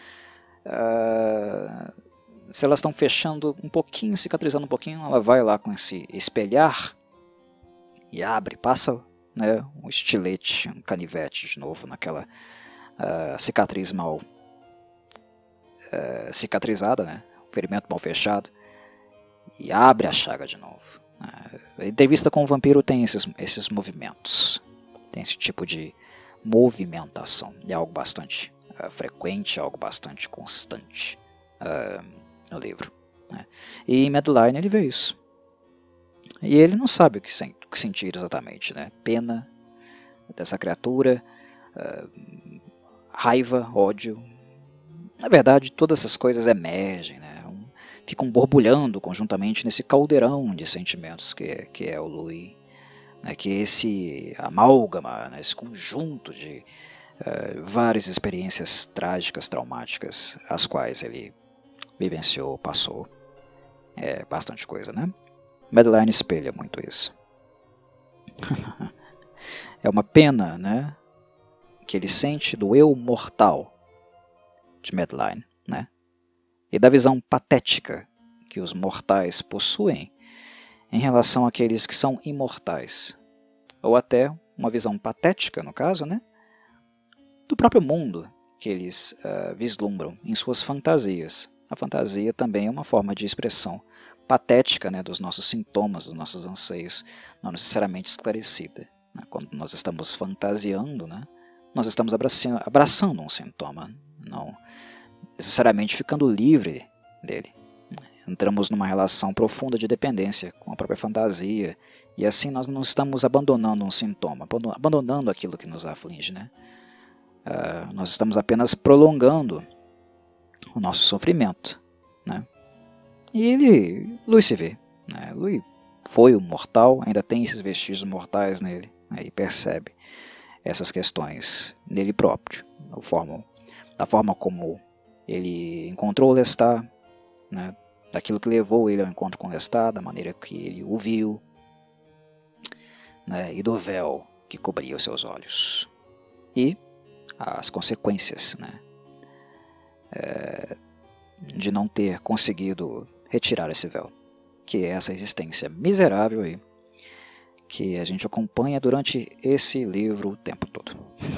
Se elas estão fechando um pouquinho, cicatrizando um pouquinho, ela vai lá com esse espelhar e abre, passa, né, um estilete, um canivete de novo naquela cicatriz mal cicatrizada, né, ferimento mal fechado, e abre a chaga de novo. A Entrevista com o Vampiro tem esses movimentos, tem esse tipo de movimentação, é algo bastante frequente, algo bastante constante no livro, né? E em Madeline ele vê isso, e ele não sabe o que sentir exatamente, né? Pena dessa criatura, raiva, ódio. Na verdade, todas essas coisas emergem, né? Ficam borbulhando conjuntamente nesse caldeirão de sentimentos que é o Louis, né? Que é esse amálgama, né? Esse conjunto de várias experiências trágicas, traumáticas, as quais ele vivenciou, passou. É bastante coisa, né? Madeline espelha muito isso. É uma pena, né, que ele sente do eu mortal de Madeline, né, e da visão patética que os mortais possuem em relação àqueles que são imortais, ou até uma visão patética, no caso, né, do próprio mundo que eles vislumbram em suas fantasias. A fantasia também é uma forma de expressão patética, né, dos nossos sintomas, dos nossos anseios, não necessariamente esclarecida. Né? Quando nós estamos fantasiando, né, nós estamos abraçando um sintoma, não necessariamente ficando livre dele. Entramos numa relação profunda de dependência com a própria fantasia, e assim nós não estamos abandonando um sintoma, abandonando aquilo que nos aflige, né? Nós estamos apenas prolongando o nosso sofrimento, né? E Louis se vê, né? Louis foi um mortal, ainda tem esses vestígios mortais nele, né? E percebe essas questões nele próprio, da forma como ele encontrou Lestat, né? Daquilo que levou ele ao encontro com Lestat, da maneira que ele o viu, né? E do véu que cobria os seus olhos. E as consequências, né, de não ter conseguido retirar esse véu, que é essa existência miserável aí, que a gente acompanha durante esse livro o tempo todo.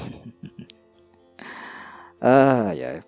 Ai, ai.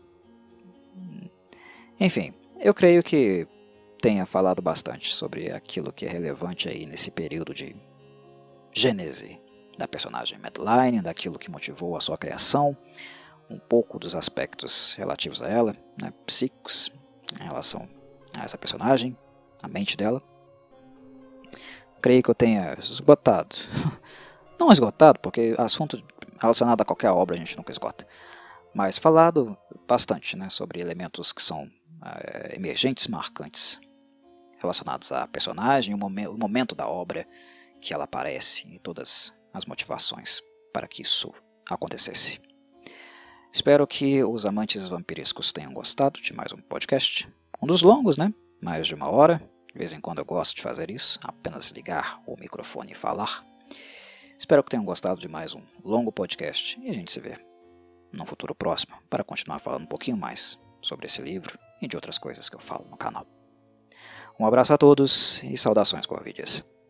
Enfim, eu creio que tenha falado bastante sobre aquilo que é relevante aí nesse período de gênese da personagem Madeline, daquilo que motivou a sua criação, um pouco dos aspectos relativos a ela, né, psíquicos, em relação a essa personagem, a mente dela. Creio que eu tenha esgotado, não esgotado, porque assunto relacionado a qualquer obra a gente nunca esgota, mas falado bastante, né, sobre elementos que são emergentes, marcantes, relacionados à personagem, o momento da obra que ela aparece e todas as motivações para que isso acontecesse. Espero que os amantes vampirescos tenham gostado de mais um podcast. Um dos longos, né? Mais de 1 hora. De vez em quando eu gosto de fazer isso, apenas ligar o microfone e falar. Espero que tenham gostado de mais um longo podcast e a gente se vê num futuro próximo para continuar falando um pouquinho mais sobre esse livro e de outras coisas que eu falo no canal. Um abraço a todos e saudações corvídeas.